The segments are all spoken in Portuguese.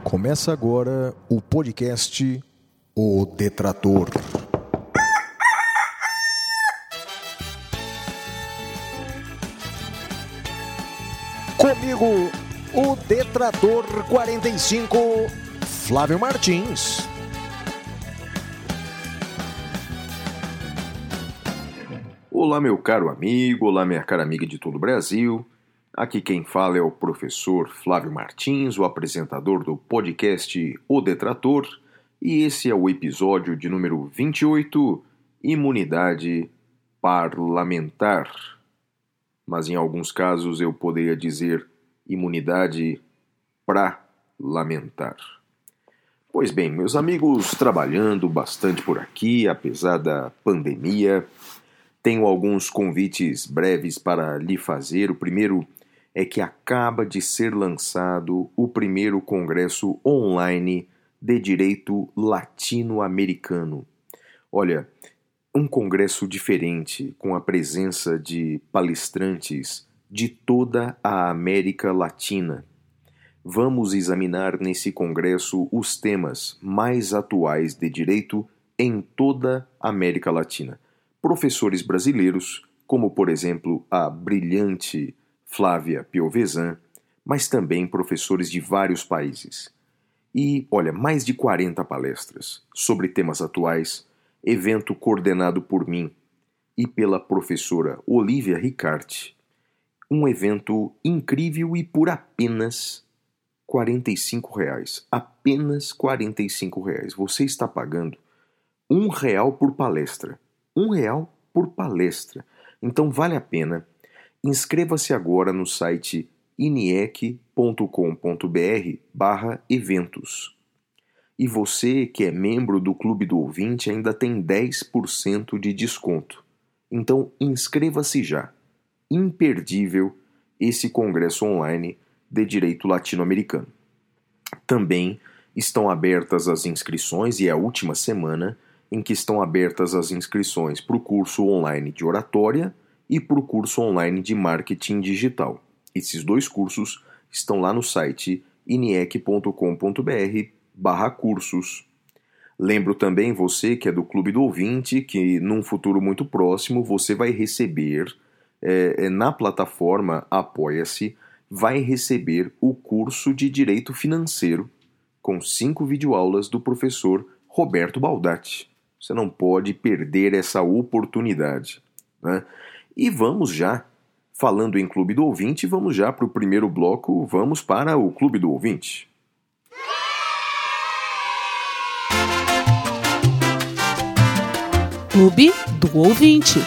Começa agora o podcast O Detrator. Comigo, o Detrator 45, Flávio Martins. Olá, meu caro amigo, olá, minha cara amiga de todo o Brasil. Aqui quem fala é o professor Flávio Martins, o apresentador do podcast O Detrator, e esse é o episódio de número 28, Imunidade Parlamentar. Mas em alguns casos eu poderia dizer imunidade parlamentar. Pois bem, meus amigos, trabalhando bastante por aqui, apesar da pandemia, tenho alguns convites breves para lhe fazer. O primeiro é que acaba de ser lançado o primeiro congresso online de direito latino-americano. Olha, um congresso diferente, com a presença de palestrantes de toda a América Latina. Vamos examinar nesse congresso os temas mais atuais de direito em toda a América Latina. Professores brasileiros, como por exemplo a brilhante Flávia Piovesan, mas também professores de vários países. E, olha, mais de 40 palestras sobre temas atuais, evento coordenado por mim e pela professora Olivia Ricarte. Um evento incrível e por apenas R$ 45. Apenas R$ 45. Você está pagando R$ 1 por palestra. R$ 1 por palestra. Então vale a pena. Inscreva-se agora no site iniec.com.br/eventos. E você que é membro do Clube do Ouvinte ainda tem 10% de desconto. Então inscreva-se já. Imperdível esse congresso online de direito latino-americano. Também estão abertas as inscrições e é a última semana em que estão abertas as inscrições para o curso online de oratória e para o curso online de marketing digital. Esses dois cursos estão lá no site iniec.com.br/cursos. Lembro também você que é do Clube do Ouvinte que num futuro muito próximo você vai receber, na plataforma Apoia-se, vai receber o curso de Direito Financeiro com 5 videoaulas do professor Roberto Baldatti. Você não pode perder essa oportunidade, né? E vamos já, falando em Clube do Ouvinte, vamos já para o primeiro bloco, vamos para o Clube do Ouvinte. Clube do Ouvinte.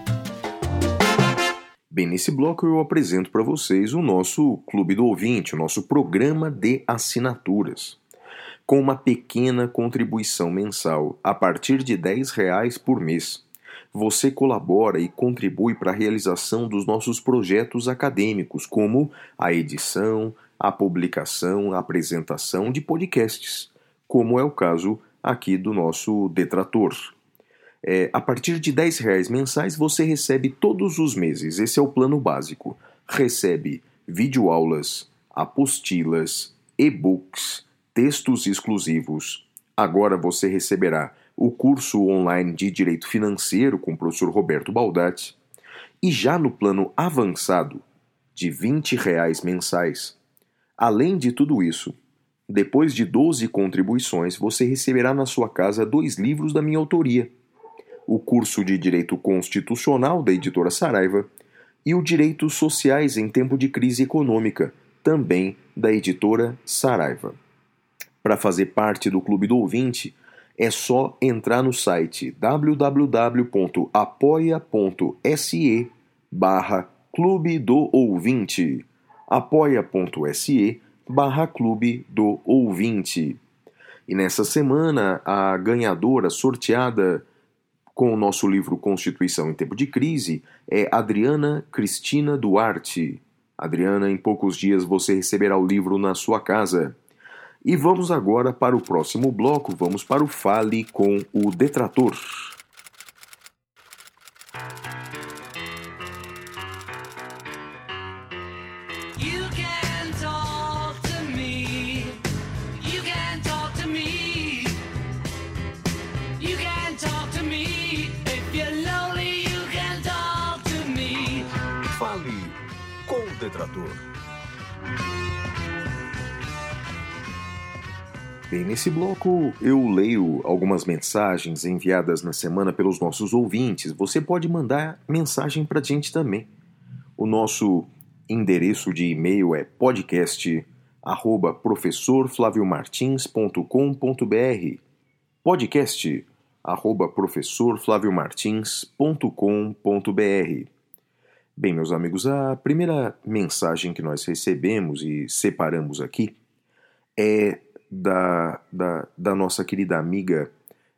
Bem, nesse bloco eu apresento para vocês o nosso Clube do Ouvinte, o nosso programa de assinaturas. Com uma pequena contribuição mensal, a partir de R$10 por mês, você colabora e contribui para a realização dos nossos projetos acadêmicos, como a edição, a publicação, a apresentação de podcasts, como é o caso aqui do nosso Detrator. A partir de R$10 mensais você recebe todos os meses, esse é o plano básico, recebe videoaulas, apostilas, e-books, textos exclusivos. Agora você receberá o curso online de Direito Financeiro com o professor Roberto Baldatti. E já no plano avançado, de R$20 mensais, além de tudo isso, depois de 12 contribuições, você receberá na sua casa 2 livros da minha autoria. O curso de Direito Constitucional da editora Saraiva e o Direitos Sociais em Tempo de Crise Econômica, também da editora Saraiva. Para fazer parte do Clube do Ouvinte, é só entrar no site www.apoia.se/Clube do Ouvinte. apoia.se/Clube do Ouvinte. E nessa semana, a ganhadora sorteada com o nosso livro Constituição em Tempo de Crise é Adriana Cristina Duarte. Adriana, em poucos dias você receberá o livro na sua casa. E vamos agora para o próximo bloco, vamos para o Fale com o Detrator. You can talk to me. You Bem, nesse bloco eu leio algumas mensagens enviadas na semana pelos nossos ouvintes. Você pode mandar mensagem pra gente também. O nosso endereço de e-mail é podcast@professorflaviomartins.com.br podcast@professorflaviomartins.com.br. Bem, meus amigos, a primeira mensagem que nós recebemos e separamos aqui é da nossa querida amiga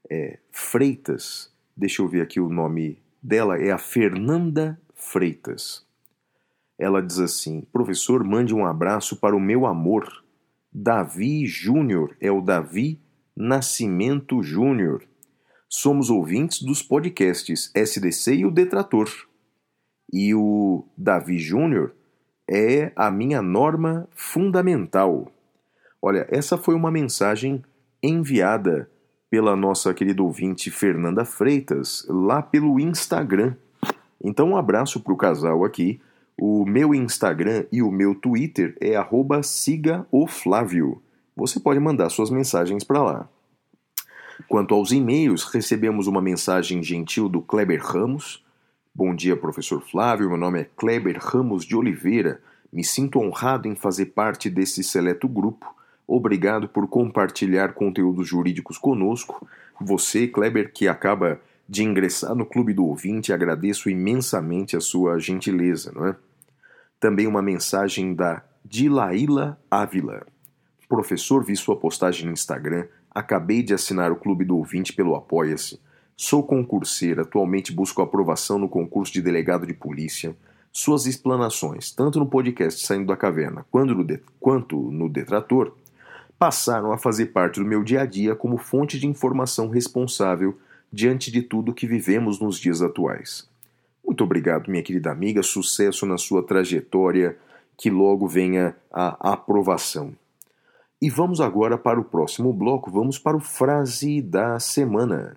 Freitas. Deixa eu ver aqui o nome dela, é a Fernanda Freitas. Ela diz assim: professor, mande um abraço para o meu amor, Davi Júnior, é o Davi Nascimento Júnior. Somos ouvintes dos podcasts SDC e o Detrator. E o Davi Júnior é a minha norma fundamental. Olha, essa foi uma mensagem enviada pela nossa querida ouvinte Fernanda Freitas lá pelo Instagram. Então um abraço para o casal aqui. O meu Instagram e o meu Twitter é @sigaoflávio. Você pode mandar suas mensagens para lá. Quanto aos e-mails, recebemos uma mensagem gentil do Kleber Ramos. Bom dia, professor Flávio. Meu nome é Kleber Ramos de Oliveira. Me sinto honrado em fazer parte desse seleto grupo. Obrigado por compartilhar conteúdos jurídicos conosco. Você, Kleber, que acaba de ingressar no Clube do Ouvinte, agradeço imensamente a sua gentileza, não é? Também uma mensagem da Dilaíla Ávila. Professor, vi sua postagem no Instagram. Acabei de assinar o Clube do Ouvinte pelo Apoia-se. Sou concurseira, atualmente busco aprovação no concurso de delegado de polícia. Suas explanações, tanto no podcast Saindo da Caverna quanto no Detrator, passaram a fazer parte do meu dia a dia como fonte de informação responsável diante de tudo que vivemos nos dias atuais. Muito obrigado, minha querida amiga, sucesso na sua trajetória, que logo venha a aprovação. E vamos agora para o próximo bloco, vamos para o Frase da Semana.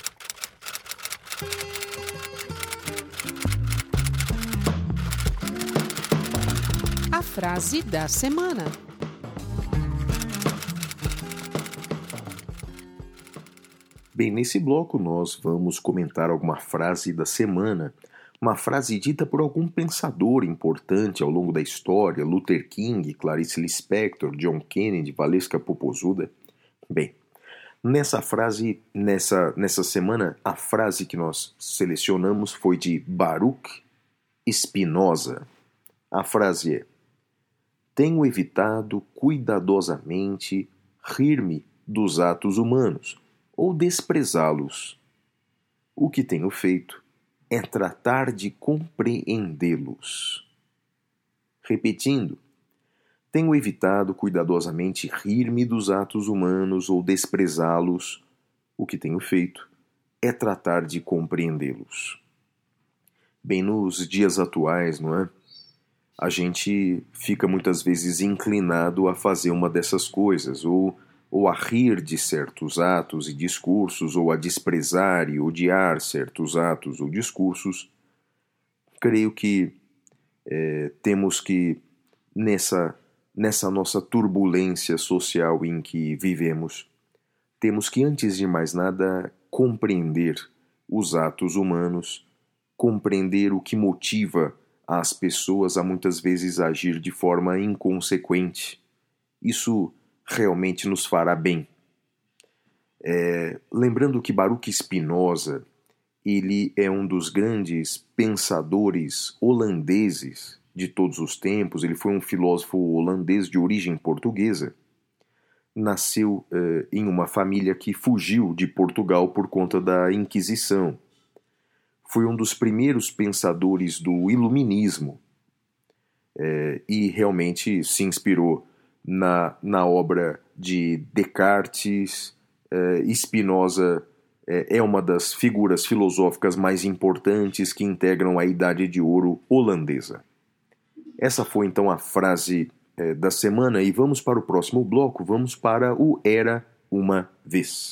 A frase da semana. Bem, nesse bloco nós vamos comentar alguma frase da semana, uma frase dita por algum pensador importante ao longo da história, Luther King, Clarice Lispector, John Kennedy, Valesca Popozuda. Bem, nessa semana, a frase que nós selecionamos foi de Baruch Spinoza. A frase é: tenho evitado cuidadosamente rir-me dos atos humanos, ou desprezá-los. O que tenho feito é tratar de compreendê-los. Repetindo, tenho evitado cuidadosamente rir-me dos atos humanos ou desprezá-los. O que tenho feito é tratar de compreendê-los. Bem, nos dias atuais, não é? A gente fica muitas vezes inclinado a fazer uma dessas coisas, ou a rir de certos atos e discursos, ou a desprezar e odiar certos atos ou discursos. Creio que temos que, nessa nossa turbulência social em que vivemos, temos que, antes de mais nada, compreender os atos humanos, compreender o que motiva as pessoas a muitas vezes agir de forma inconsequente. Isso realmente nos fará bem. Lembrando que Baruch Spinoza, ele é um dos grandes pensadores holandeses de todos os tempos. Ele foi um filósofo holandês de origem portuguesa. Nasceu em uma família que fugiu de Portugal por conta da Inquisição. Foi um dos primeiros pensadores do Iluminismo e realmente se inspirou na obra de Descartes. Spinoza é uma das figuras filosóficas mais importantes que integram a Idade de Ouro holandesa. Essa foi então a frase da semana, e vamos para o próximo bloco, vamos para o Era Uma Vez.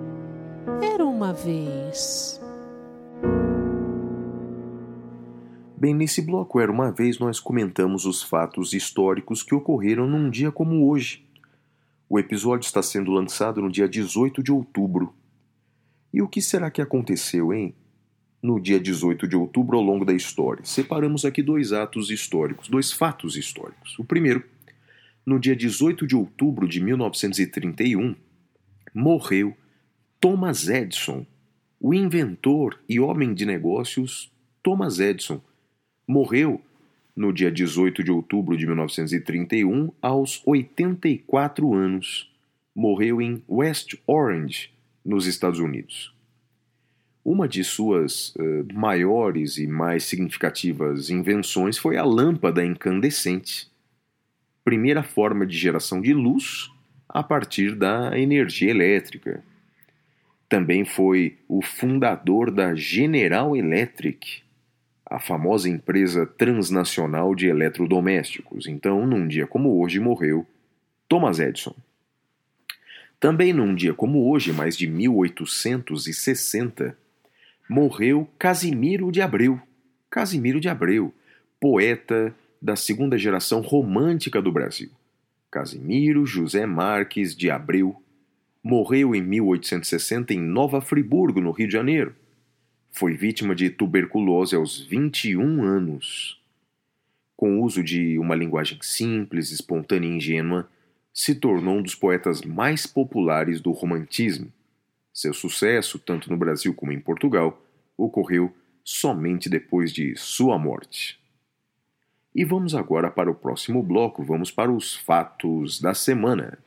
Era uma vez. Bem, nesse bloco Era Uma Vez nós comentamos os fatos históricos que ocorreram num dia como hoje. O episódio está sendo lançado no dia 18 de outubro. E o que será que aconteceu, hein? No dia 18 de outubro ao longo da história. Separamos aqui dois fatos históricos. O primeiro, no dia 18 de outubro de 1931, morreu Thomas Edison, o inventor e homem de negócios Thomas Edison. Morreu no dia 18 de outubro de 1931, aos 84 anos. Morreu em West Orange, nos Estados Unidos. Uma de suas maiores e mais significativas invenções foi a lâmpada incandescente, primeira forma de geração de luz a partir da energia elétrica. Também foi o fundador da General Electric, a famosa empresa transnacional de eletrodomésticos. Então, num dia como hoje, morreu Thomas Edison. Também num dia como hoje, mais de 1860, morreu Casimiro de Abreu. Casimiro de Abreu, poeta da segunda geração romântica do Brasil. Casimiro José Marques de Abreu morreu em 1860 em Nova Friburgo, no Rio de Janeiro. Foi vítima de tuberculose aos 21 anos. Com o uso de uma linguagem simples, espontânea e ingênua, se tornou um dos poetas mais populares do romantismo. Seu sucesso, tanto no Brasil como em Portugal, ocorreu somente depois de sua morte. E vamos agora para o próximo bloco, vamos para os fatos da semana.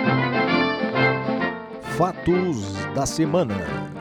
Fatos da semana.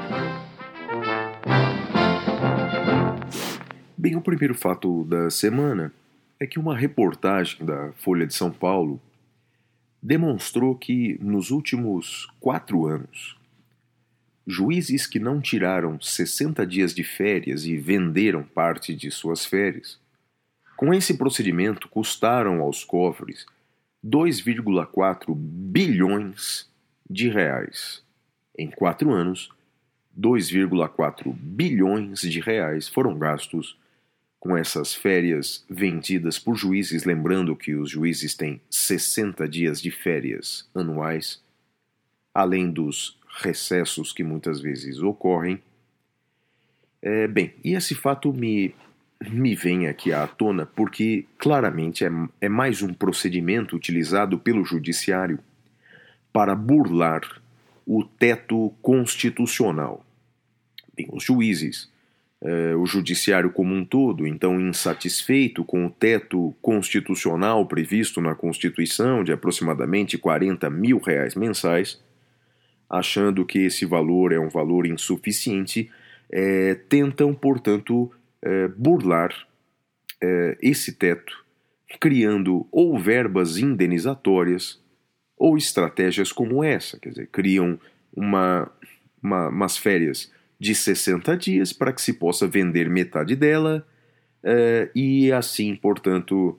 Bem, o primeiro fato da semana é que uma reportagem da Folha de São Paulo demonstrou que, nos últimos 4 anos, juízes que não tiraram 60 dias de férias e venderam parte de suas férias, com esse procedimento custaram aos cofres 2,4 bilhões de reais. Em 4 anos, 2,4 bilhões de reais foram gastos com essas férias vendidas por juízes, lembrando que os juízes têm 60 dias de férias anuais, além dos recessos que muitas vezes ocorrem. Bem, e esse fato me vem aqui à tona porque claramente é mais um procedimento utilizado pelo judiciário para burlar o teto constitucional. Bem, os juízes, o judiciário como um todo, então insatisfeito com o teto constitucional previsto na Constituição de aproximadamente R$40 mil mensais, achando que esse valor é um valor insuficiente, tentam, portanto, burlar esse teto, criando ou verbas indenizatórias ou estratégias como essa, quer dizer, criam umas férias de 60 dias para que se possa vender metade dela e assim, portanto,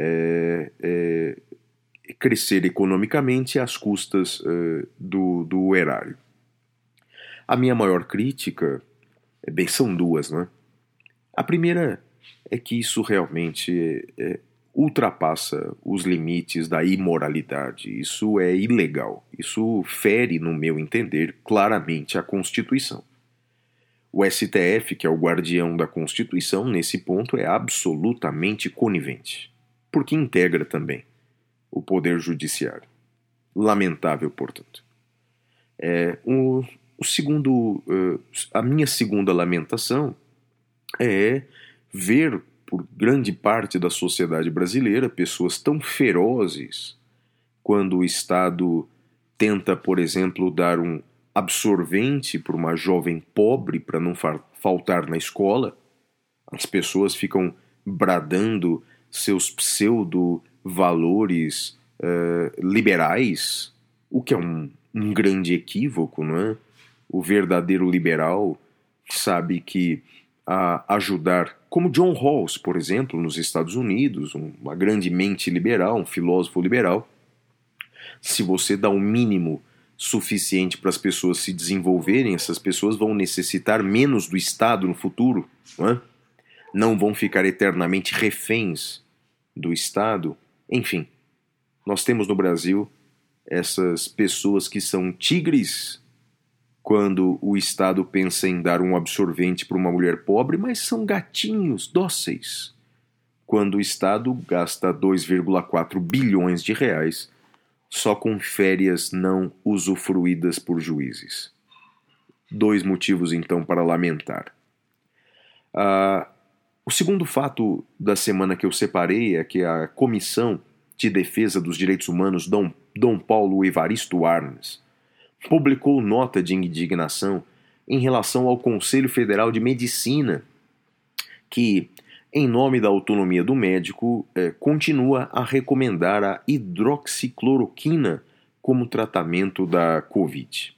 crescer economicamente às custas do erário. A minha maior crítica, são duas, né? A primeira é que isso realmente ultrapassa os limites da imoralidade. Isso é ilegal. Isso fere, no meu entender, claramente a Constituição. O STF, que é o guardião da Constituição, nesse ponto é absolutamente conivente, porque integra também o Poder Judiciário. Lamentável, portanto. A minha segunda lamentação é ver, por grande parte da sociedade brasileira, pessoas tão ferozes quando o Estado tenta, por exemplo, dar um absorvente para uma jovem pobre para não faltar na escola. As pessoas ficam bradando seus pseudo-valores liberais, o que é um grande equívoco, não é? O verdadeiro liberal sabe que ajudar, como John Rawls, por exemplo, nos Estados Unidos, uma grande mente liberal, um filósofo liberal, se você dá o mínimo suficiente para as pessoas se desenvolverem, essas pessoas vão necessitar menos do Estado no futuro, não é? não vão ficar eternamente reféns do Estado. Enfim, nós temos no Brasil essas pessoas que são tigres quando o Estado pensa em dar um absorvente para uma mulher pobre, mas são gatinhos dóceis quando o Estado gasta 2,4 bilhões de reais só com férias não usufruídas por juízes. 2 motivos, então, para lamentar. O segundo fato da semana que eu separei é que a Comissão de Defesa dos Direitos Humanos, Dom Paulo Evaristo Arnes, publicou nota de indignação em relação ao Conselho Federal de Medicina, que, em nome da autonomia do médico, continua a recomendar a hidroxicloroquina como tratamento da Covid.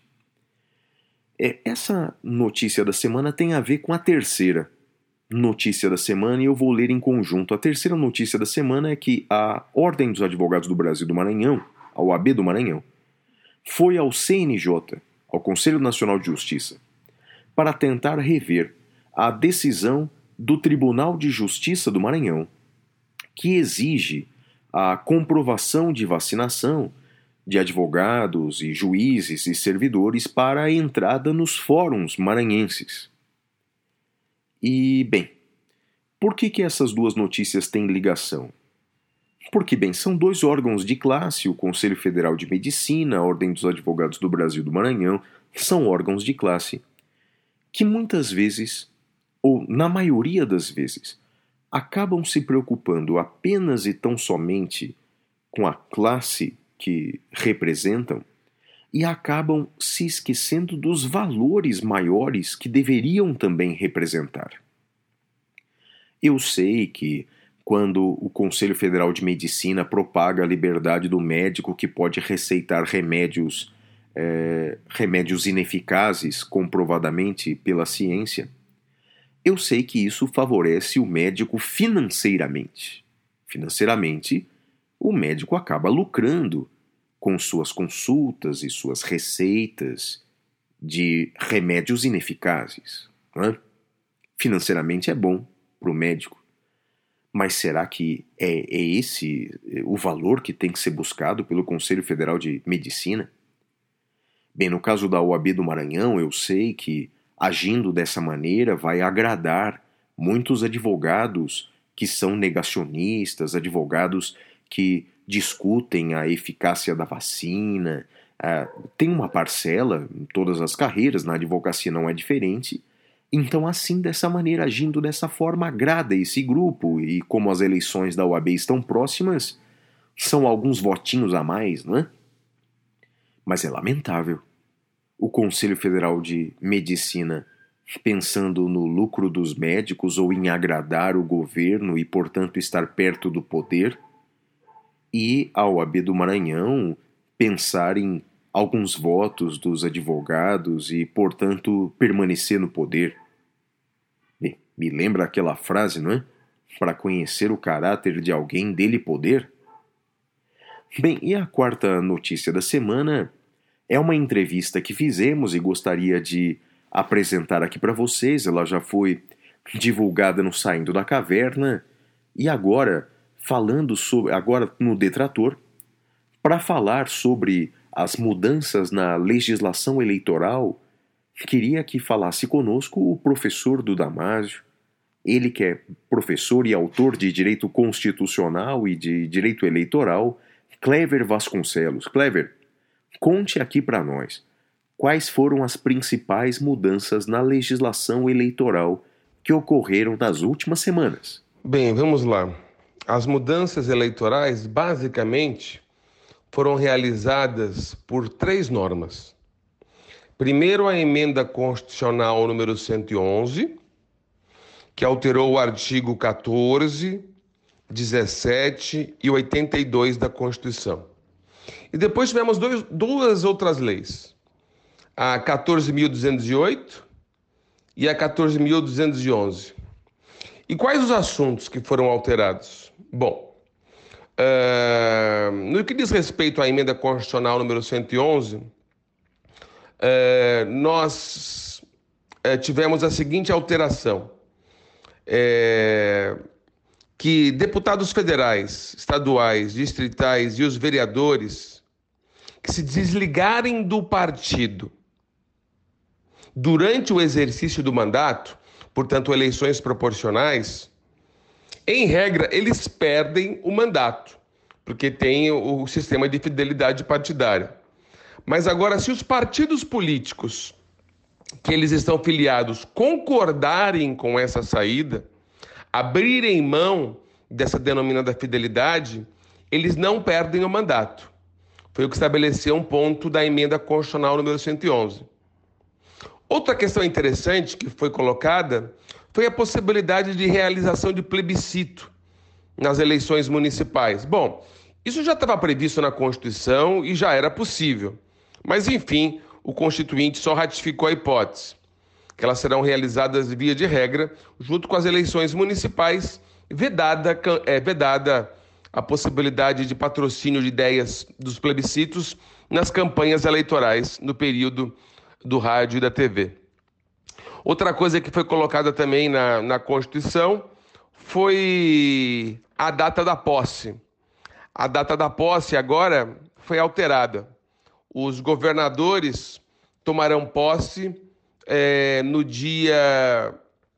Essa notícia da semana tem a ver com a terceira notícia da semana e eu vou ler em conjunto. A terceira notícia da semana é que a Ordem dos Advogados do Brasil do Maranhão, a OAB do Maranhão, foi ao CNJ, ao Conselho Nacional de Justiça, para tentar rever a decisão do Tribunal de Justiça do Maranhão, que exige a comprovação de vacinação de advogados e juízes e servidores para a entrada nos fóruns maranhenses. E, bem, por que essas duas notícias têm ligação? Porque, bem, são 2 órgãos de classe, o Conselho Federal de Medicina, a Ordem dos Advogados do Brasil do Maranhão, são órgãos de classe que muitas vezes, ou na maioria das vezes, acabam se preocupando apenas e tão somente com a classe que representam e acabam se esquecendo dos valores maiores que deveriam também representar. Eu sei que quando o Conselho Federal de Medicina propaga a liberdade do médico que pode receitar remédios ineficazes comprovadamente pela ciência, eu sei que isso favorece o médico financeiramente. Financeiramente, o médico acaba lucrando com suas consultas e suas receitas de remédios ineficazes. Não é? Financeiramente é bom para o médico. Mas será que é esse o valor que tem que ser buscado pelo Conselho Federal de Medicina? Bem, no caso da OAB do Maranhão, eu sei que, agindo dessa maneira, vai agradar muitos advogados que são negacionistas, advogados que discutem a eficácia da vacina. Tem uma parcela em todas as carreiras, na advocacia não é diferente. Então, assim, dessa maneira, agindo dessa forma, agrada esse grupo. E como as eleições da OAB estão próximas, são alguns votinhos a mais, não é? Mas é lamentável. O Conselho Federal de Medicina, pensando no lucro dos médicos ou em agradar o governo e, portanto, estar perto do poder, e a OAB do Maranhão pensar em alguns votos dos advogados e, portanto, permanecer no poder. Bem, me lembra aquela frase, não é? Para conhecer o caráter de alguém, dele poder. Bem, e a quarta notícia da semana é uma entrevista que fizemos e gostaria de apresentar aqui para vocês. Ela já foi divulgada no Saindo da Caverna e agora no Detrator, para falar sobre as mudanças na legislação eleitoral, queria que falasse conosco o professor do Damásio, ele que é professor e autor de Direito Constitucional e de Direito Eleitoral, Cléver Vasconcelos. Cléver, conte aqui para nós, quais foram as principais mudanças na legislação eleitoral que ocorreram nas últimas semanas? Bem, vamos lá. As mudanças eleitorais, basicamente, foram realizadas por 3 normas. Primeiro, a emenda constitucional número 111, que alterou o artigo 14, 17 e 82 da Constituição. E depois tivemos 2 outras leis, a 14.208 e a 14.211. E quais os assuntos que foram alterados? Bom, no que diz respeito à emenda constitucional número 111, nós tivemos a seguinte alteração. que deputados federais, estaduais, distritais e os vereadores que se desligarem do partido durante o exercício do mandato, portanto, eleições proporcionais, em regra, eles perdem o mandato, porque tem o sistema de fidelidade partidária. Mas agora, se os partidos políticos que eles estão filiados concordarem com essa saída, abrirem mão dessa denominada fidelidade, eles não perdem o mandato. Foi o que estabeleceu um ponto da emenda constitucional número 111. Outra questão interessante que foi colocada foi a possibilidade de realização de plebiscito nas eleições municipais. Bom, isso já estava previsto na Constituição e já era possível. Mas, enfim, o Constituinte só ratificou a hipótese, que elas serão realizadas via de regra, junto com as eleições municipais, vedada a possibilidade de patrocínio de ideias dos plebiscitos nas campanhas eleitorais no período do rádio e da TV. Outra coisa que foi colocada também na Constituição foi a data da posse. A data da posse agora foi alterada. Os governadores tomarão posse no dia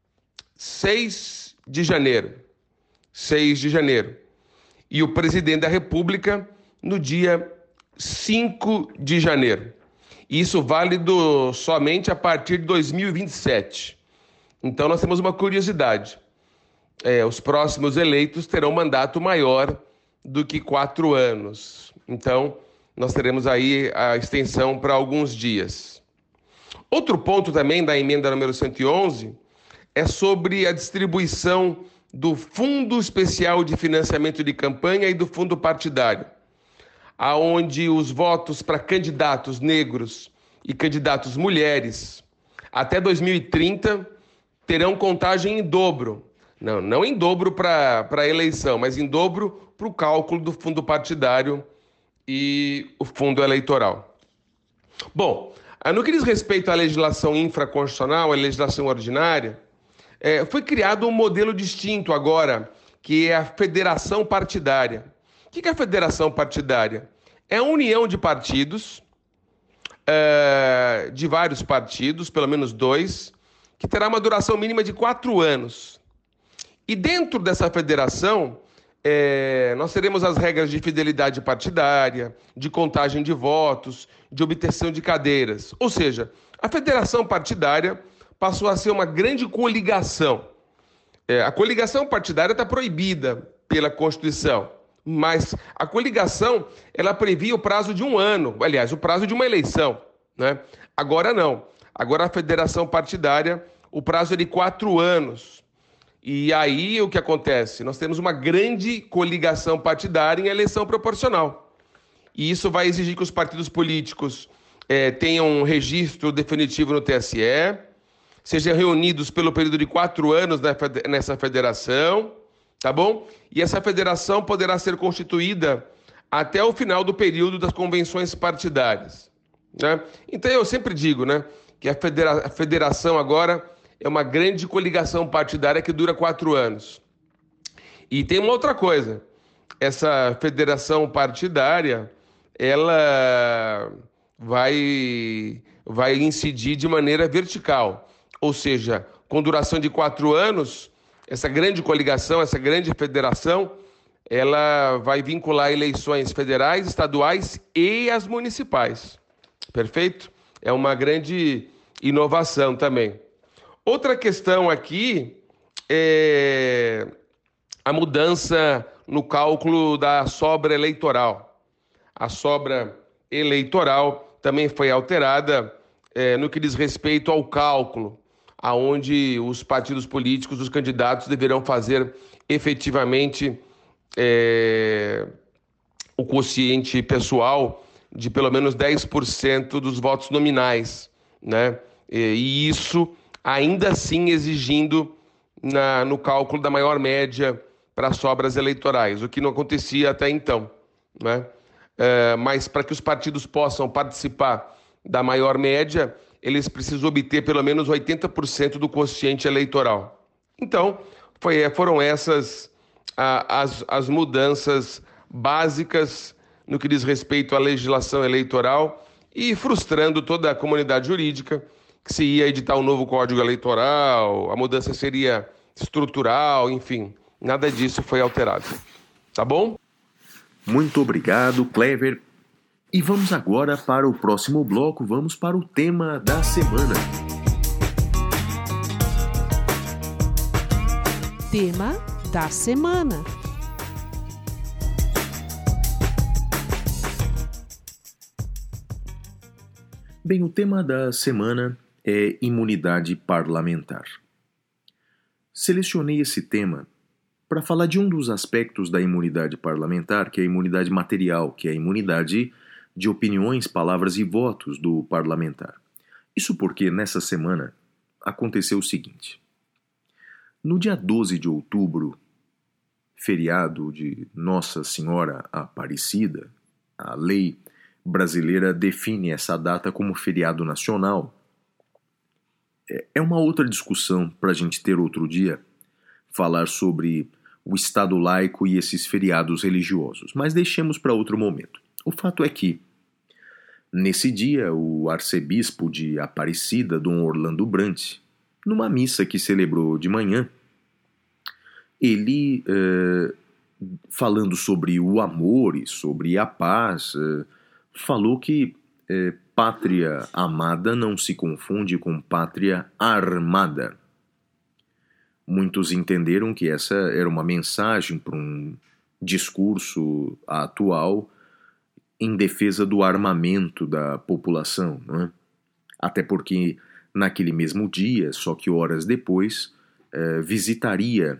6 de janeiro. 6 de janeiro. E o presidente da República no dia 5 de janeiro. Isso válido somente a partir de 2027. Então nós temos uma curiosidade. Os próximos eleitos terão mandato maior do que 4 anos. Então nós teremos aí a extensão para alguns dias. Outro ponto também da emenda número 111 é sobre a distribuição do Fundo Especial de Financiamento de Campanha e do Fundo Partidário, aonde os votos para candidatos negros e candidatos mulheres até 2030 terão contagem em dobro. Não em dobro para a eleição, mas em dobro para o cálculo do fundo partidário e o fundo eleitoral. Bom, no que diz respeito à legislação infraconstitucional, à legislação ordinária, foi criado um modelo distinto agora, que é a federação partidária. O que é a federação partidária? É a união de partidos, de vários partidos, pelo menos 2, que terá uma duração mínima de 4 anos. E dentro dessa federação, nós teremos as regras de fidelidade partidária, de contagem de votos, de obtenção de cadeiras. Ou seja, a federação partidária passou a ser uma grande coligação. A coligação partidária está proibida pela Constituição, mas a coligação ela previa o prazo de 1 ano, aliás, o prazo de uma eleição, né? Agora não. Agora a federação partidária, o prazo é de 4 anos. E aí o que acontece? Nós temos uma grande coligação partidária em eleição proporcional. E isso vai exigir que os partidos políticos tenham um registro definitivo no TSE, sejam reunidos pelo período de 4 anos nessa federação, tá bom? E essa federação poderá ser constituída até o final do período das convenções partidárias, né? Então eu sempre digo, né, que a federação agora é uma grande coligação partidária que dura 4 anos. E tem uma outra coisa, essa federação partidária, ela vai incidir de maneira vertical, ou seja, com duração de 4 anos, essa grande coligação, essa grande federação, ela vai vincular eleições federais, estaduais e as municipais. Perfeito? É uma grande inovação também. Outra questão aqui é a mudança no cálculo da sobra eleitoral. A sobra eleitoral também foi alterada no que diz respeito ao cálculo, aonde os partidos políticos, os candidatos deverão fazer efetivamente o quociente pessoal de pelo menos 10% dos votos nominais, né? E isso ainda assim exigindo no cálculo da maior média para as sobras eleitorais, o que não acontecia até então, né? Mas para que os partidos possam participar da maior média, eles precisam obter pelo menos 80% do quociente eleitoral. Então, foram essas as mudanças básicas no que diz respeito à legislação eleitoral e frustrando toda a comunidade jurídica, que se ia editar um novo Código Eleitoral, a mudança seria estrutural, enfim, nada disso foi alterado. Tá bom? Muito obrigado, Clever. E vamos agora para o próximo bloco, vamos para o tema da semana. Tema da semana. Bem, o tema da semana é imunidade parlamentar. Selecionei esse tema para falar de um dos aspectos da imunidade parlamentar, que é a imunidade material, que é a imunidade de opiniões, palavras e votos do parlamentar. Isso porque nessa semana aconteceu o seguinte. No dia 12 de outubro, feriado de Nossa Senhora Aparecida, a lei brasileira define essa data como feriado nacional. É uma outra discussão para a gente ter outro dia, falar sobre o Estado laico e esses feriados religiosos, mas deixemos para outro momento. O fato é que, nesse dia, o arcebispo de Aparecida, Dom Orlando Brant, numa missa que celebrou de manhã, ele, falando sobre o amor e sobre a paz, falou que pátria amada não se confunde com pátria armada. Muitos entenderam que essa era uma mensagem para um discurso atual em defesa do armamento da população, não é? Até porque naquele mesmo dia, só que horas depois, visitaria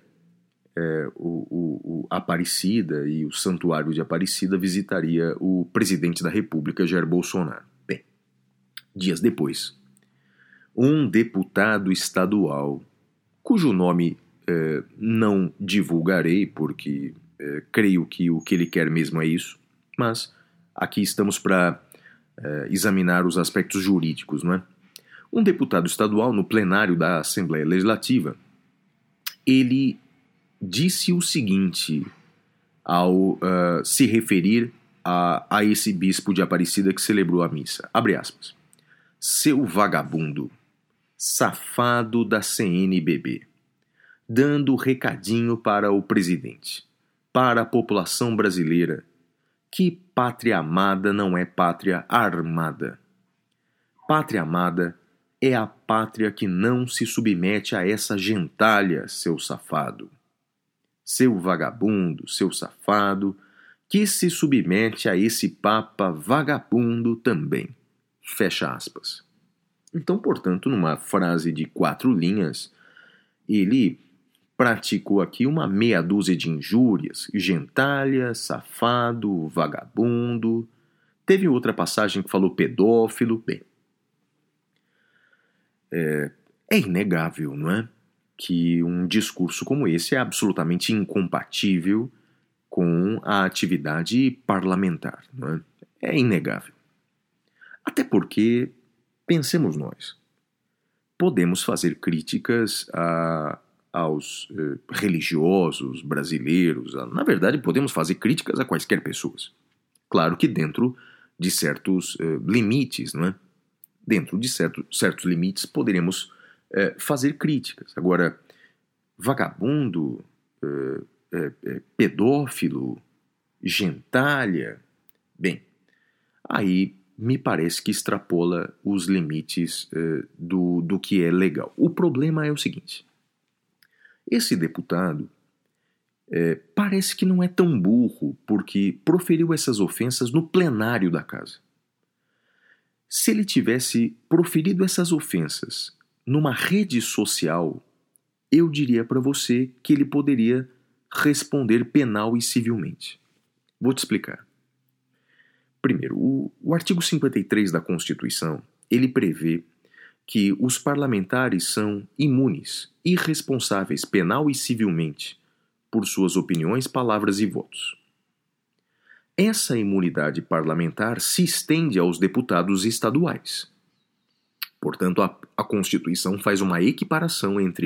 o Aparecida e o Santuário de Aparecida visitaria o presidente da República, Jair Bolsonaro. Bem, dias depois, um deputado estadual, cujo nome não divulgarei, porque creio que o que ele quer mesmo é isso, mas aqui estamos para examinar os aspectos jurídicos, não é? Um deputado estadual, no plenário da Assembleia Legislativa, ele disse o seguinte ao se referir a esse bispo de Aparecida que celebrou a missa. Abre aspas. Seu vagabundo, safado da CNBB, dando recadinho para o presidente, para a população brasileira, que pátria amada não é pátria armada. Pátria amada é a pátria que não se submete a essa gentalha, seu safado. Seu vagabundo, seu safado, que se submete a esse papa vagabundo também. Fecha aspas. Então, portanto, numa frase de 4 linhas, ele praticou aqui uma meia dúzia de injúrias, gentalha, safado, vagabundo. Teve outra passagem que falou pedófilo. Bem, é inegável, não é? Que um discurso como esse é absolutamente incompatível com a atividade parlamentar, não é? É inegável. Até porque, pensemos nós, podemos fazer críticas aos religiosos brasileiros, na verdade podemos fazer críticas a quaisquer pessoas. Claro que dentro de certos limites, não é? Dentro de certos limites poderemos fazer críticas. Agora, vagabundo, pedófilo, gentalha, bem, aí me parece que extrapola os limites do que é legal. O problema é o seguinte, esse deputado parece que não é tão burro porque proferiu essas ofensas no plenário da casa. Se ele tivesse proferido essas ofensas numa rede social, eu diria para você que ele poderia responder penal e civilmente. Vou te explicar. Primeiro, o artigo 53 da Constituição, ele prevê que os parlamentares são imunes, irresponsáveis penal e civilmente por suas opiniões, palavras e votos. Essa imunidade parlamentar se estende aos deputados estaduais. Portanto, a Constituição faz uma equiparação entre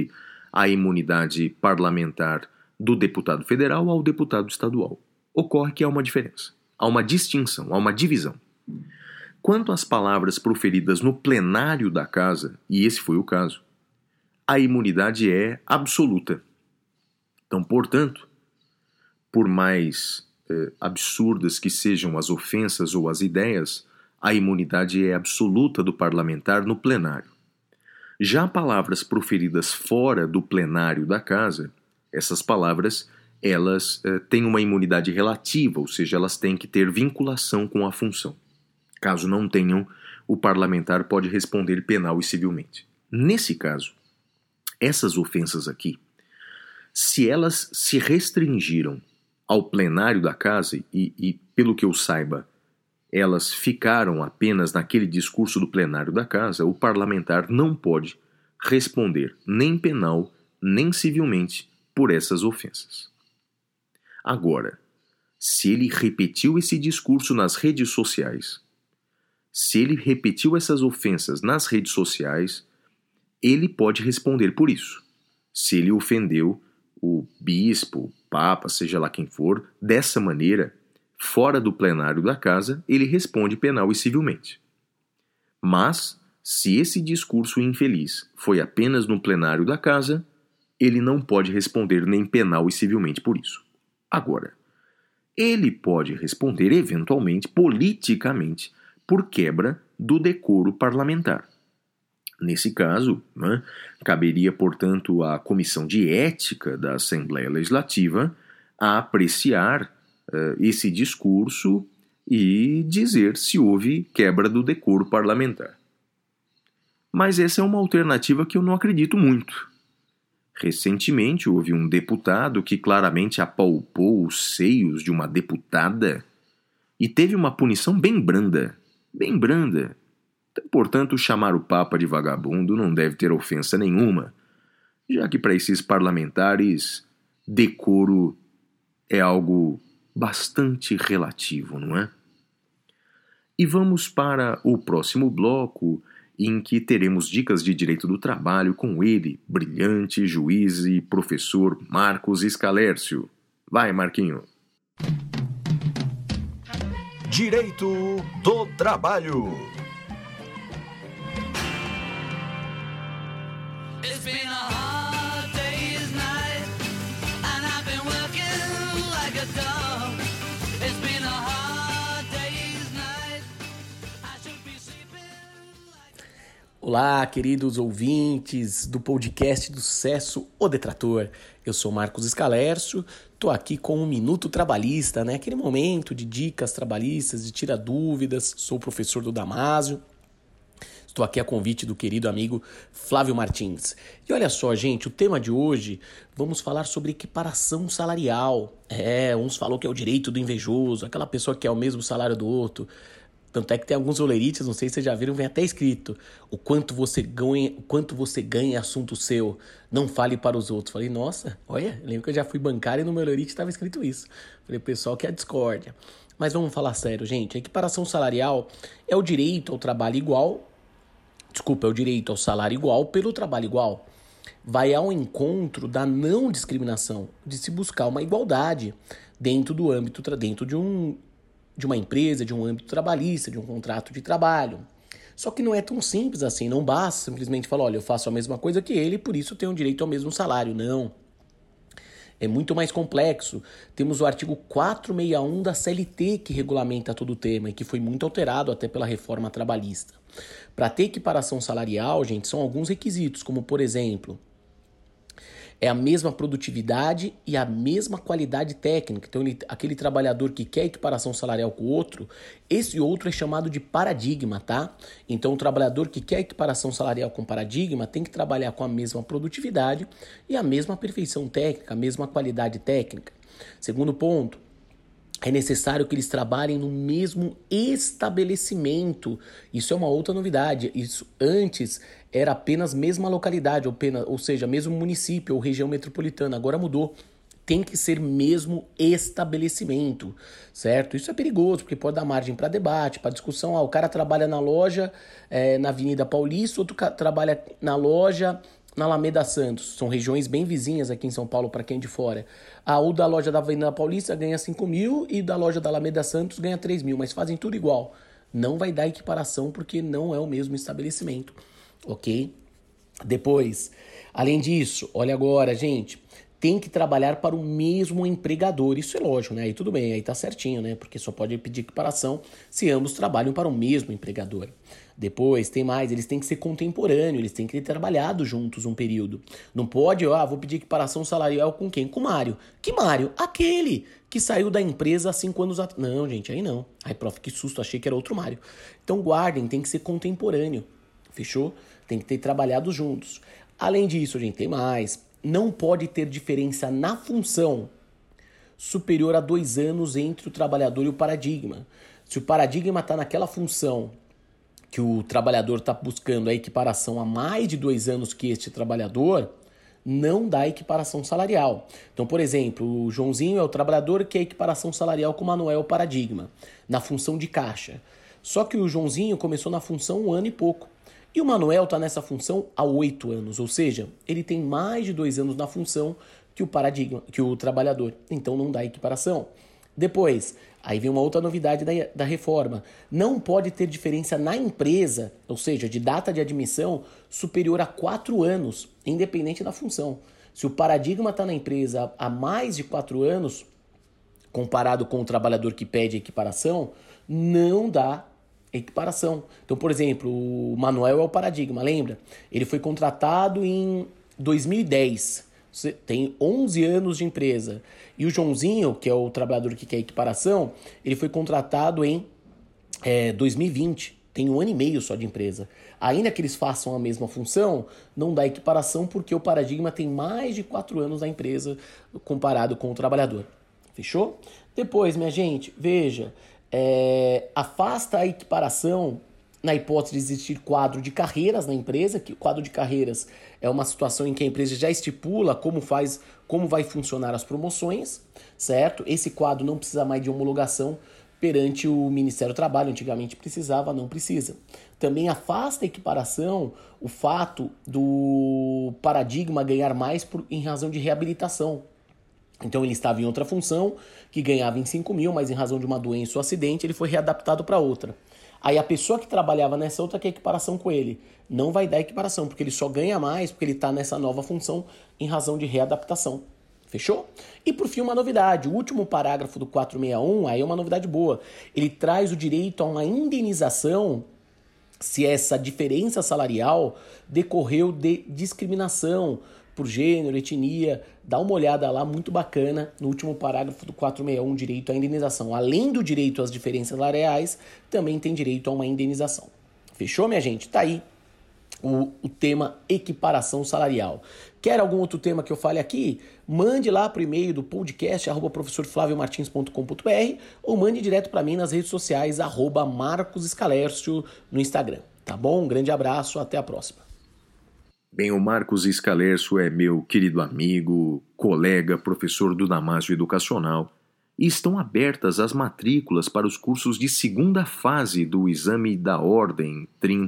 a imunidade parlamentar do deputado federal ao deputado estadual. Ocorre que há uma diferença, há uma distinção, há uma divisão. Quanto às palavras proferidas no plenário da Casa, e esse foi o caso, a imunidade é absoluta. Então, portanto, por mais absurdas que sejam as ofensas ou as ideias, a imunidade é absoluta do parlamentar no plenário. Já palavras proferidas fora do plenário da Casa, essas palavras, elas têm uma imunidade relativa, ou seja, elas têm que ter vinculação com a função. Caso não tenham, o parlamentar pode responder penal e civilmente. Nesse caso, essas ofensas aqui, se elas se restringiram ao plenário da Casa e pelo que eu saiba, elas ficaram apenas naquele discurso do plenário da Casa, o parlamentar não pode responder nem penal nem civilmente por essas ofensas. Agora, se ele repetiu esse discurso nas redes sociais, se ele repetiu essas ofensas nas redes sociais, ele pode responder por isso. Se ele ofendeu o bispo, o papa, seja lá quem for, dessa maneira, fora do plenário da Casa, ele responde penal e civilmente. Mas, se esse discurso infeliz foi apenas no plenário da Casa, ele não pode responder nem penal e civilmente por isso. Agora, ele pode responder eventualmente, politicamente, por quebra do decoro parlamentar. Nesse caso, caberia, portanto, à Comissão de Ética da Assembleia Legislativa a apreciar esse discurso e dizer se houve quebra do decoro parlamentar. Mas essa é uma alternativa que eu não acredito muito. Recentemente houve um deputado que claramente apalpou os seios de uma deputada e teve uma punição bem branda. Bem branda. Portanto, chamar o Papa de vagabundo não deve ter ofensa nenhuma, já que para esses parlamentares, decoro é algo bastante relativo, não é? E vamos para o próximo bloco, em que teremos dicas de direito do trabalho com ele, brilhante juiz e professor Marcos Scalércio. Vai, Marquinho. Direito do trabalho. Olá, queridos ouvintes do podcast do Sucesso, O Detrator. Eu sou Marcos Scalércio, estou aqui com um Minuto Trabalhista, né? Aquele momento de dicas trabalhistas, de tirar dúvidas. Sou o professor do Damásio. Estou aqui a convite do querido amigo Flávio Martins. E olha só, gente, o tema de hoje, vamos falar sobre equiparação salarial. Uns falou que é o direito do invejoso, aquela pessoa que quer o mesmo salário do outro. Tanto é que tem alguns olerites, não sei se vocês já viram, vem até escrito: o quanto você ganha é assunto seu, não fale para os outros. Falei, nossa, olha, lembro que eu já fui bancário e no meu olerite estava escrito isso. Falei, pessoal, que é a discórdia. Mas vamos falar sério, gente. A equiparação salarial é o direito ao trabalho igual, é o direito ao salário igual pelo trabalho igual. Vai ao encontro da não discriminação, de se buscar uma igualdade dentro do âmbito, dentro de uma empresa, de um âmbito trabalhista, de um contrato de trabalho. Só que não é tão simples assim, não basta simplesmente falar, olha, eu faço a mesma coisa que ele, por isso eu tenho direito ao mesmo salário. Não. É muito mais complexo. Temos o artigo 461 da CLT que regulamenta todo o tema e que foi muito alterado até pela reforma trabalhista. Para ter equiparação salarial, gente, são alguns requisitos, como por exemplo, é a mesma produtividade e a mesma qualidade técnica. Então, aquele trabalhador que quer equiparação salarial com o outro, esse outro é chamado de paradigma, tá? Então, o trabalhador que quer equiparação salarial com paradigma tem que trabalhar com a mesma produtividade e a mesma perfeição técnica, a mesma qualidade técnica. Segundo ponto, é necessário que eles trabalhem no mesmo estabelecimento. Isso é uma outra novidade. Isso antes era apenas mesma localidade, ou seja, mesmo município ou região metropolitana. Agora mudou. Tem que ser mesmo estabelecimento, certo? Isso é perigoso, porque pode dar margem para debate, para discussão. O cara trabalha na loja na Avenida Paulista, outro trabalha na loja na Alameda Santos, são regiões bem vizinhas aqui em São Paulo para quem é de fora, o da loja da Avenida Paulista ganha 5 mil e da loja da Alameda Santos ganha 3 mil, mas fazem tudo igual. Não vai dar equiparação porque não é o mesmo estabelecimento, ok? Depois, além disso, olha agora, gente, tem que trabalhar para o mesmo empregador. Isso é lógico, né? Aí tudo bem, aí tá certinho, né? Porque só pode pedir equiparação se ambos trabalham para o mesmo empregador. Depois, tem mais, eles têm que ser contemporâneos, eles têm que ter trabalhado juntos um período. Não pode, vou pedir equiparação salarial com quem? Com o Mário. Que Mário? Aquele que saiu da empresa há 5 anos atrás. Não, gente, aí não. Ai, prof, que susto, achei que era outro Mário. Então guardem, tem que ser contemporâneo. Fechou? Tem que ter trabalhado juntos. Além disso, gente, tem mais. Não pode ter diferença na função superior a 2 anos entre o trabalhador e o paradigma. Se o paradigma está naquela função que o trabalhador está buscando a equiparação há mais de 2 anos que este trabalhador, não dá equiparação salarial. Então, por exemplo, o Joãozinho é o trabalhador que é equiparação salarial com o Manuel paradigma, na função de caixa. Só que o Joãozinho começou na função 1 ano e pouco. E o Manuel está nessa função há 8 anos, ou seja, ele tem mais de 2 anos na função que o paradigma, que o trabalhador. Então não dá equiparação. Depois, aí vem uma outra novidade da reforma. Não pode ter diferença na empresa, ou seja, de data de admissão superior a 4 anos, independente da função. Se o paradigma está na empresa há mais de 4 anos, comparado com o trabalhador que pede equiparação, não dá equiparação. Então, por exemplo, o Manuel é o paradigma, lembra? Ele foi contratado em 2010. Você tem 11 anos de empresa. E o Joãozinho, que é o trabalhador que quer equiparação, ele foi contratado em 2020. Tem 1 ano e meio só de empresa. Ainda que eles façam a mesma função, não dá equiparação porque o paradigma tem mais de 4 anos na empresa comparado com o trabalhador. Fechou? Depois, minha gente, veja, afasta a equiparação na hipótese de existir quadro de carreiras na empresa, que o quadro de carreiras é uma situação em que a empresa já estipula como vai funcionar as promoções, certo? Esse quadro não precisa mais de homologação perante o Ministério do Trabalho, antigamente precisava, não precisa. Também afasta a equiparação o fato do paradigma ganhar mais em razão de reabilitação. Então ele estava em outra função, que ganhava em 5 mil, mas em razão de uma doença ou acidente, ele foi readaptado para outra. Aí a pessoa que trabalhava nessa outra quer equiparação com ele. Não vai dar equiparação, porque ele só ganha mais porque ele está nessa nova função em razão de readaptação. Fechou? E por fim uma novidade, o último parágrafo do 461, aí é uma novidade boa. Ele traz o direito a uma indenização se essa diferença salarial decorreu de discriminação por gênero, etnia. Dá uma olhada lá, muito bacana, no último parágrafo do 461, direito à indenização. Além do direito às diferenças salariais, também tem direito a uma indenização. Fechou, minha gente? Tá aí o tema equiparação salarial. Quer algum outro tema que eu fale aqui? Mande lá pro e-mail do podcast @professorflaviomartins.com.br ou mande direto para mim nas redes sociais @marcosescalercio no Instagram. Tá bom? Um grande abraço, até a próxima. Bem, o Marcos Escalercio é meu querido amigo, colega, professor do Damásio Educacional, e estão abertas as matrículas para os cursos de segunda fase do Exame da Ordem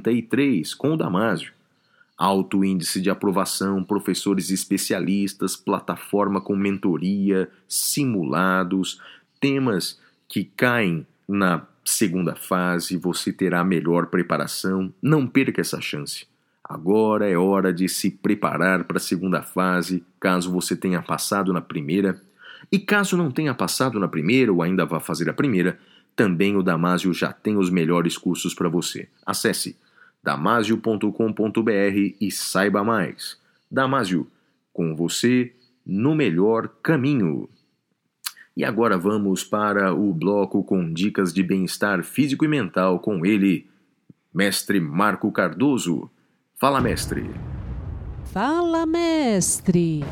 33 com o Damásio. Alto índice de aprovação, professores especialistas, plataforma com mentoria, simulados, temas que caem na segunda fase, você terá melhor preparação. Não perca essa chance. Agora é hora de se preparar para a segunda fase, caso você tenha passado na primeira. E caso não tenha passado na primeira ou ainda vá fazer a primeira, também o Damásio já tem os melhores cursos para você. Acesse damasio.com.br e saiba mais. Damásio, com você no melhor caminho. E agora vamos para o bloco com dicas de bem-estar físico e mental com ele, mestre Marco Cardoso. Fala, mestre. Fala, mestre.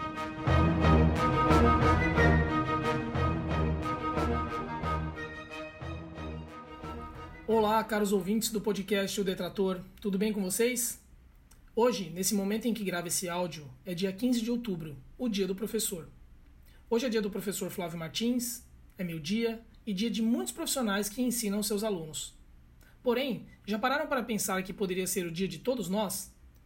Olá, caros ouvintes do podcast O Detrator, tudo bem com vocês? Hoje, nesse momento em que gravo esse áudio, é dia 15 de outubro, o dia do professor. Hoje é dia do professor Flávio Martins, é meu dia e dia de muitos profissionais que ensinam seus alunos. Porém, já pararam para pensar que poderia ser o dia de todos nós?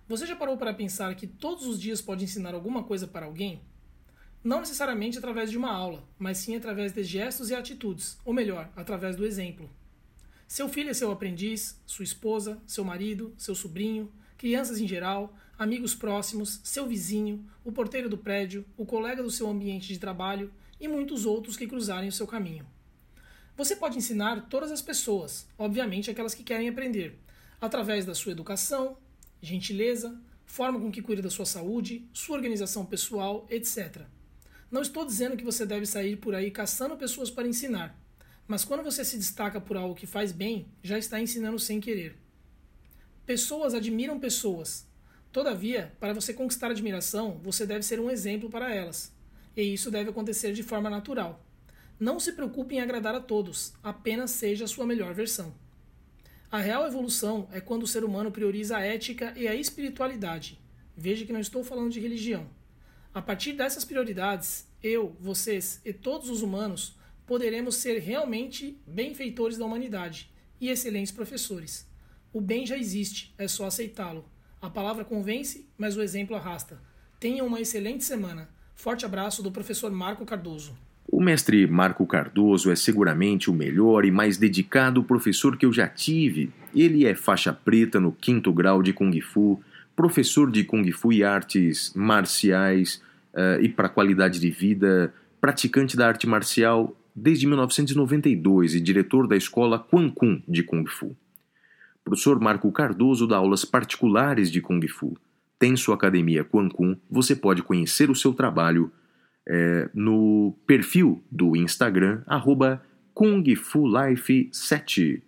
Você já parou para pensar que todos os dias pode ensinar alguma coisa para alguém? Não necessariamente através de uma aula, mas sim através de gestos e atitudes, ou melhor, através do exemplo. Seu filho é seu aprendiz, sua esposa, seu marido, seu sobrinho, crianças em geral, amigos próximos, seu vizinho, o porteiro do prédio, o colega do seu ambiente de trabalho e muitos outros que cruzarem o seu caminho. Você pode ensinar todas as pessoas, obviamente aquelas que querem aprender, através da sua educação, gentileza, forma com que cuida da sua saúde, sua organização pessoal, etc. Não estou dizendo que você deve sair por aí caçando pessoas para ensinar, mas quando você se destaca por algo que faz bem, já está ensinando sem querer. Pessoas admiram pessoas. Todavia, para você conquistar admiração, você deve ser um exemplo para elas. E isso deve acontecer de forma natural. Não se preocupe em agradar a todos, apenas seja a sua melhor versão. A real evolução é quando o ser humano prioriza a ética e a espiritualidade. Veja que não estou falando de religião. A partir dessas prioridades, eu, vocês e todos os humanos poderemos ser realmente benfeitores da humanidade e excelentes professores. O bem já existe, é só aceitá-lo. A palavra convence, mas o exemplo arrasta. Tenham uma excelente semana. Forte abraço do professor Marco Cardoso. O mestre Marco Cardoso é seguramente o melhor e mais dedicado professor que eu já tive. Ele é faixa preta no 5º grau de Kung Fu, professor de Kung Fu e artes marciais e para qualidade de vida, praticante da arte marcial desde 1992 e diretor da escola Quan Kun de Kung Fu. O professor Marco Cardoso dá aulas particulares de Kung Fu. Tem sua academia Quan Kun, você pode conhecer o seu trabalho no perfil do Instagram, @KungFuLife7,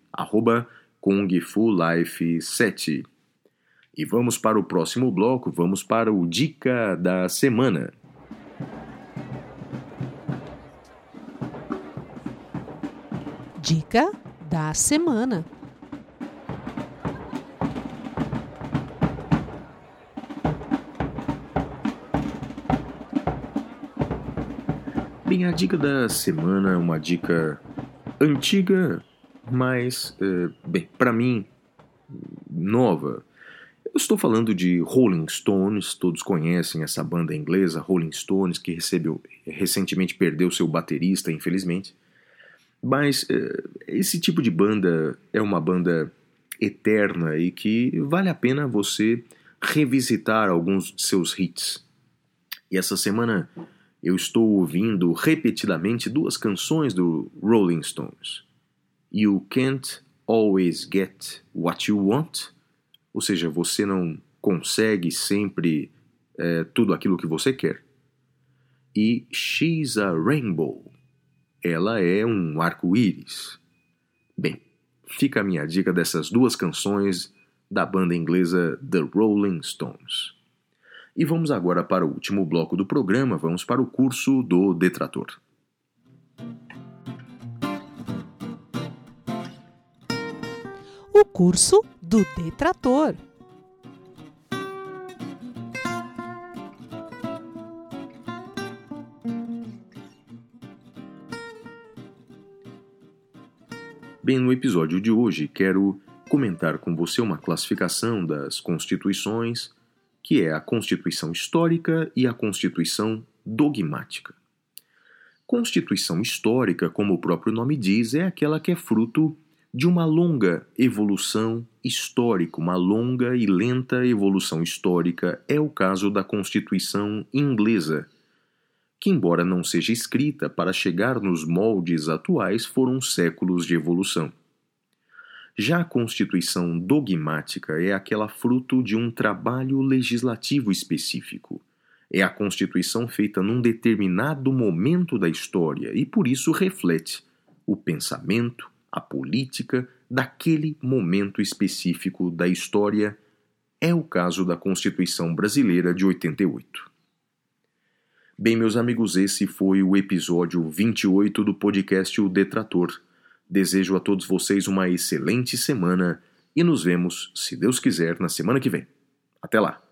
@KungFuLife7. E vamos para o próximo bloco, vamos para o Dica da Semana. Dica da Semana. Bem, a dica da semana é uma dica antiga, mas, para mim, nova. Eu estou falando de Rolling Stones, todos conhecem essa banda inglesa, Rolling Stones, que recentemente perdeu seu baterista, infelizmente. Mas esse tipo de banda é uma banda eterna e que vale a pena você revisitar alguns de seus hits. E essa semana eu estou ouvindo repetidamente 2 canções do Rolling Stones. You Can't Always Get What You Want, ou seja, você não consegue sempre tudo aquilo que você quer. E She's a Rainbow, ela é um arco-íris. Bem, fica a minha dica dessas 2 canções da banda inglesa The Rolling Stones. E vamos agora para o último bloco do programa, vamos para o curso do Detrator. O curso do Detrator. Bem, no episódio de hoje quero comentar com você uma classificação das constituições, que é a Constituição Histórica e a Constituição Dogmática. Constituição Histórica, como o próprio nome diz, é aquela que é fruto de uma longa evolução histórica, uma longa e lenta evolução histórica. É o caso da Constituição Inglesa, que, embora não seja escrita para chegar nos moldes atuais, foram séculos de evolução. Já a Constituição Dogmática é aquela fruto de um trabalho legislativo específico. É a Constituição feita num determinado momento da história e, por isso, reflete o pensamento, a política daquele momento específico da história. É o caso da Constituição Brasileira de 88. Bem, meus amigos, esse foi o episódio 28 do podcast O Detrator. Desejo a todos vocês uma excelente semana e nos vemos, se Deus quiser, na semana que vem. Até lá!